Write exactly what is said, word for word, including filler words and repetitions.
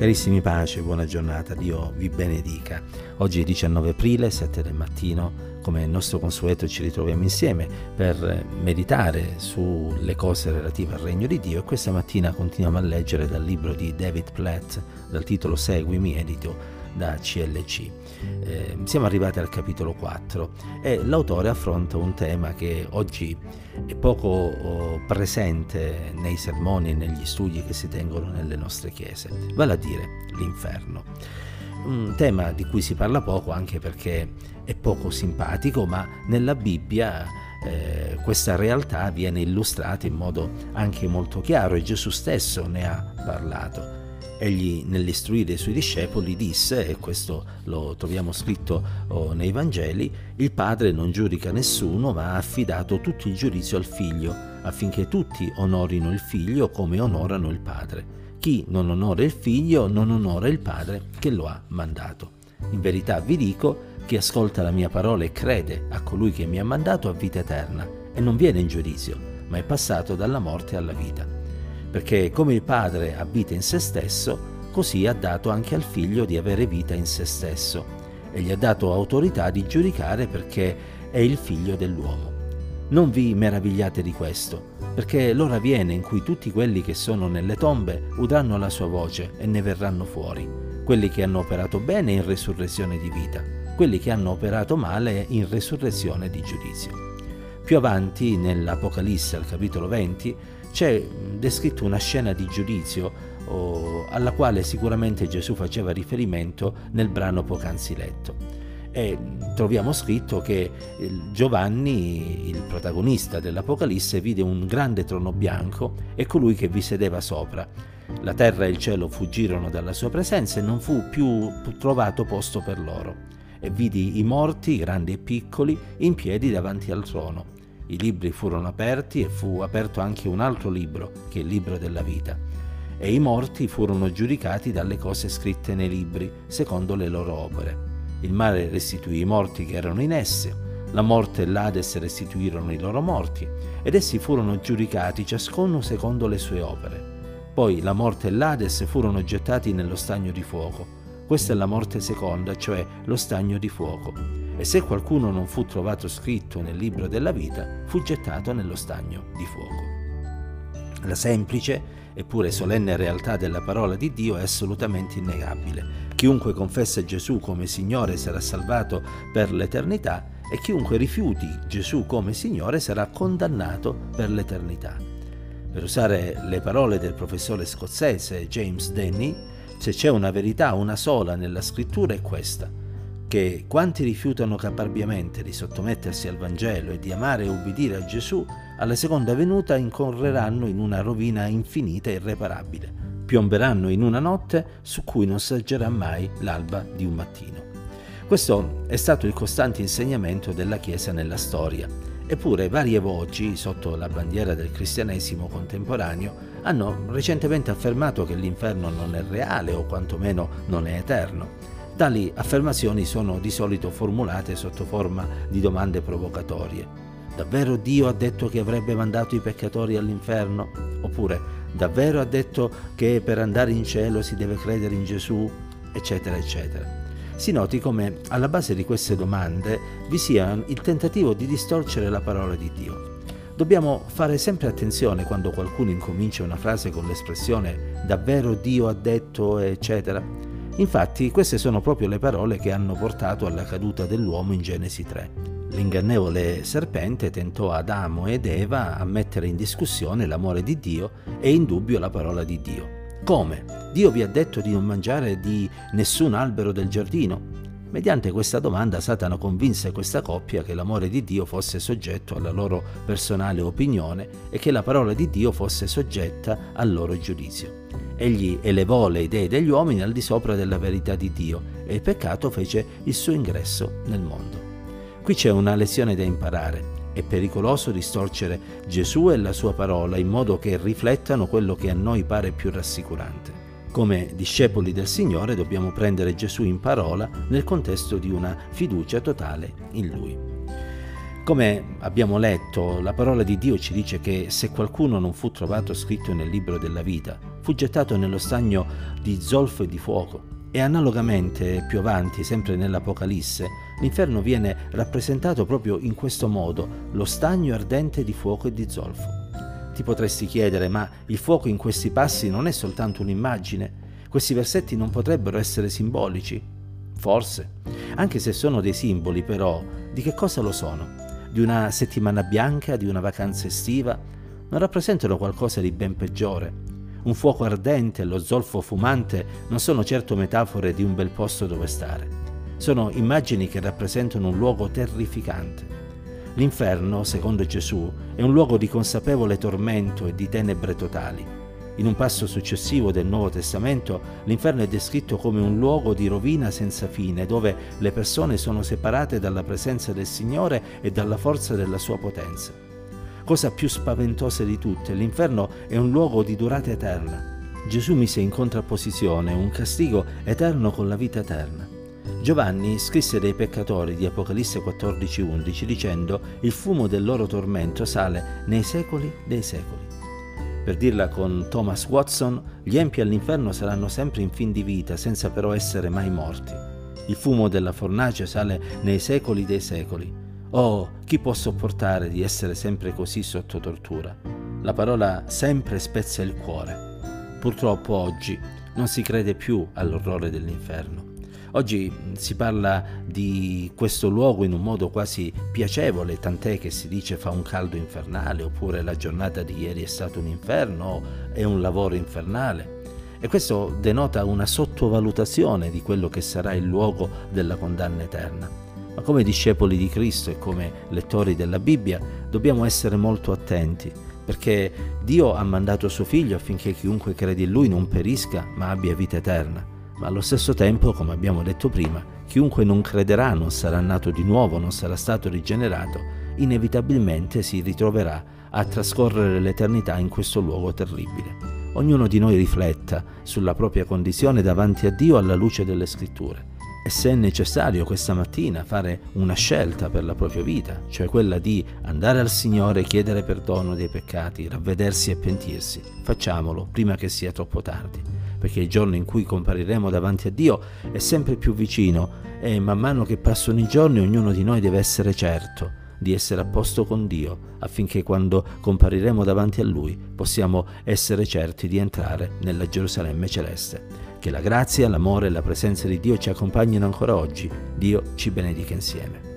Carissimi, pace, buona giornata, Dio vi benedica. Oggi è diciannove aprile, sette del mattino, come nostro consueto ci ritroviamo insieme per meditare sulle cose relative al regno di Dio, e questa mattina continuiamo a leggere dal libro di David Platt dal titolo Seguimi, edito da C L C. Eh, siamo arrivati al capitolo quattro e l'autore affronta un tema che oggi è poco oh, presente nei sermoni e negli studi che si tengono nelle nostre chiese, vale a dire l'inferno. Un tema di cui si parla poco anche perché è poco simpatico, ma nella Bibbia eh, questa realtà viene illustrata in modo anche molto chiaro e Gesù stesso ne ha parlato. Egli nell'istruire i suoi discepoli disse, e questo lo troviamo scritto oh, nei Vangeli: il Padre non giudica nessuno, ma ha affidato tutto il giudizio al Figlio, affinché tutti onorino il Figlio come onorano il Padre. Chi non onora il Figlio non onora il Padre che lo ha mandato. In verità vi dico, chi ascolta la mia parola e crede a colui che mi ha mandato ha vita eterna, e non viene in giudizio, ma è passato dalla morte alla vita. Perché come il Padre ha vita in se stesso, così ha dato anche al Figlio di avere vita in se stesso, e gli ha dato autorità di giudicare perché è il Figlio dell'uomo. Non vi meravigliate di questo, perché l'ora viene in cui tutti quelli che sono nelle tombe udranno la sua voce e ne verranno fuori, quelli che hanno operato bene in resurrezione di vita, quelli che hanno operato male in resurrezione di giudizio. Più avanti, nell'Apocalisse, al capitolo venti, c'è descritto una scena di giudizio oh, alla quale sicuramente Gesù faceva riferimento nel brano poc'anzi letto. E troviamo scritto che Giovanni, il protagonista dell'Apocalisse, vide un grande trono bianco e colui che vi sedeva sopra. La terra e il cielo fuggirono dalla sua presenza e non fu più trovato posto per loro. E vidi i morti, grandi e piccoli, in piedi davanti al trono. I libri furono aperti e fu aperto anche un altro libro, che è il libro della vita. E i morti furono giudicati dalle cose scritte nei libri, secondo le loro opere. Il mare restituì i morti che erano in esse, la morte e l'Ades restituirono i loro morti, ed essi furono giudicati ciascuno secondo le sue opere. Poi la morte e l'Ades furono gettati nello stagno di fuoco. Questa è la morte seconda, cioè lo stagno di fuoco. E se qualcuno non fu trovato scritto nel libro della vita, fu gettato nello stagno di fuoco. La semplice eppure solenne realtà della parola di Dio è assolutamente innegabile. Chiunque confessa Gesù come Signore sarà salvato per l'eternità, e chiunque rifiuti Gesù come Signore sarà condannato per l'eternità. Per usare le parole del professore scozzese James Denney, se c'è una verità, una sola nella scrittura, è questa: che quanti rifiutano caparbiamente di sottomettersi al Vangelo e di amare e ubbidire a Gesù, alla seconda venuta incorreranno in una rovina infinita e irreparabile, piomberanno in una notte su cui non sorgerà mai l'alba di un mattino. Questo è stato il costante insegnamento della Chiesa nella storia, eppure varie voci, sotto la bandiera del cristianesimo contemporaneo, hanno recentemente affermato che l'inferno non è reale o quantomeno non è eterno. Tali affermazioni sono di solito formulate sotto forma di domande provocatorie. Davvero Dio ha detto che avrebbe mandato i peccatori all'inferno? Oppure, davvero ha detto che per andare in cielo si deve credere in Gesù? Eccetera, eccetera. Si noti come alla base di queste domande vi sia il tentativo di distorcere la parola di Dio. Dobbiamo fare sempre attenzione quando qualcuno incomincia una frase con l'espressione «davvero Dio ha detto», eccetera. Infatti, queste sono proprio le parole che hanno portato alla caduta dell'uomo in Genesi tre. L'ingannevole serpente tentò Adamo ed Eva a mettere in discussione l'amore di Dio e in dubbio la parola di Dio. Come? Dio vi ha detto di non mangiare di nessun albero del giardino? Mediante questa domanda Satana convinse questa coppia che l'amore di Dio fosse soggetto alla loro personale opinione e che la parola di Dio fosse soggetta al loro giudizio. Egli elevò le idee degli uomini al di sopra della verità di Dio e il peccato fece il suo ingresso nel mondo. Qui c'è una lezione da imparare. È pericoloso distorcere Gesù e la sua parola in modo che riflettano quello che a noi pare più rassicurante. Come discepoli del Signore dobbiamo prendere Gesù in parola nel contesto di una fiducia totale in Lui. Come abbiamo letto, la parola di Dio ci dice che se qualcuno non fu trovato scritto nel libro della vita, fu gettato nello stagno di zolfo e di fuoco. E analogamente, più avanti, sempre nell'Apocalisse, l'inferno viene rappresentato proprio in questo modo, lo stagno ardente di fuoco e di zolfo. Ti potresti chiedere, ma il fuoco in questi passi non è soltanto un'immagine? Questi versetti non potrebbero essere simbolici? Forse. Anche se sono dei simboli, però, di che cosa lo sono? Di una settimana bianca, di una vacanza estiva? Non rappresentano qualcosa di ben peggiore? Un fuoco ardente e lo zolfo fumante non sono certo metafore di un bel posto dove stare. Sono immagini che rappresentano un luogo terrificante. L'inferno, secondo Gesù, è un luogo di consapevole tormento e di tenebre totali. In un passo successivo del Nuovo Testamento, l'inferno è descritto come un luogo di rovina senza fine, dove le persone sono separate dalla presenza del Signore e dalla forza della sua potenza. Cosa più spaventosa di tutte, l'inferno è un luogo di durata eterna. Gesù mise in contrapposizione un castigo eterno con la vita eterna. Giovanni scrisse dei peccatori di Apocalisse quattordici undici dicendo: il fumo del loro tormento sale nei secoli dei secoli. Per dirla con Thomas Watson, gli empi all'inferno saranno sempre in fin di vita, senza però essere mai morti. Il fumo della fornace sale nei secoli dei secoli. Oh, chi può sopportare di essere sempre così sotto tortura? La parola sempre spezza il cuore. Purtroppo oggi non si crede più all'orrore dell'inferno. Oggi si parla di questo luogo in un modo quasi piacevole, tant'è che si dice fa un caldo infernale, oppure la giornata di ieri è stato un inferno, o è un lavoro infernale. E questo denota una sottovalutazione di quello che sarà il luogo della condanna eterna. Ma come discepoli di Cristo e come lettori della Bibbia dobbiamo essere molto attenti, perché Dio ha mandato suo Figlio affinché chiunque crede in Lui non perisca, ma abbia vita eterna. Ma allo stesso tempo, come abbiamo detto prima, chiunque non crederà, non sarà nato di nuovo, non sarà stato rigenerato, inevitabilmente si ritroverà a trascorrere l'eternità in questo luogo terribile. Ognuno di noi rifletta sulla propria condizione davanti a Dio alla luce delle Scritture. E se è necessario questa mattina fare una scelta per la propria vita, cioè quella di andare al Signore e chiedere perdono dei peccati, ravvedersi e pentirsi, facciamolo prima che sia troppo tardi, perché il giorno in cui compariremo davanti a Dio è sempre più vicino e man mano che passano i giorni ognuno di noi deve essere certo di essere a posto con Dio, affinché quando compariremo davanti a Lui possiamo essere certi di entrare nella Gerusalemme celeste. Che la grazia, l'amore e la presenza di Dio ci accompagnino ancora oggi. Dio ci benedica insieme.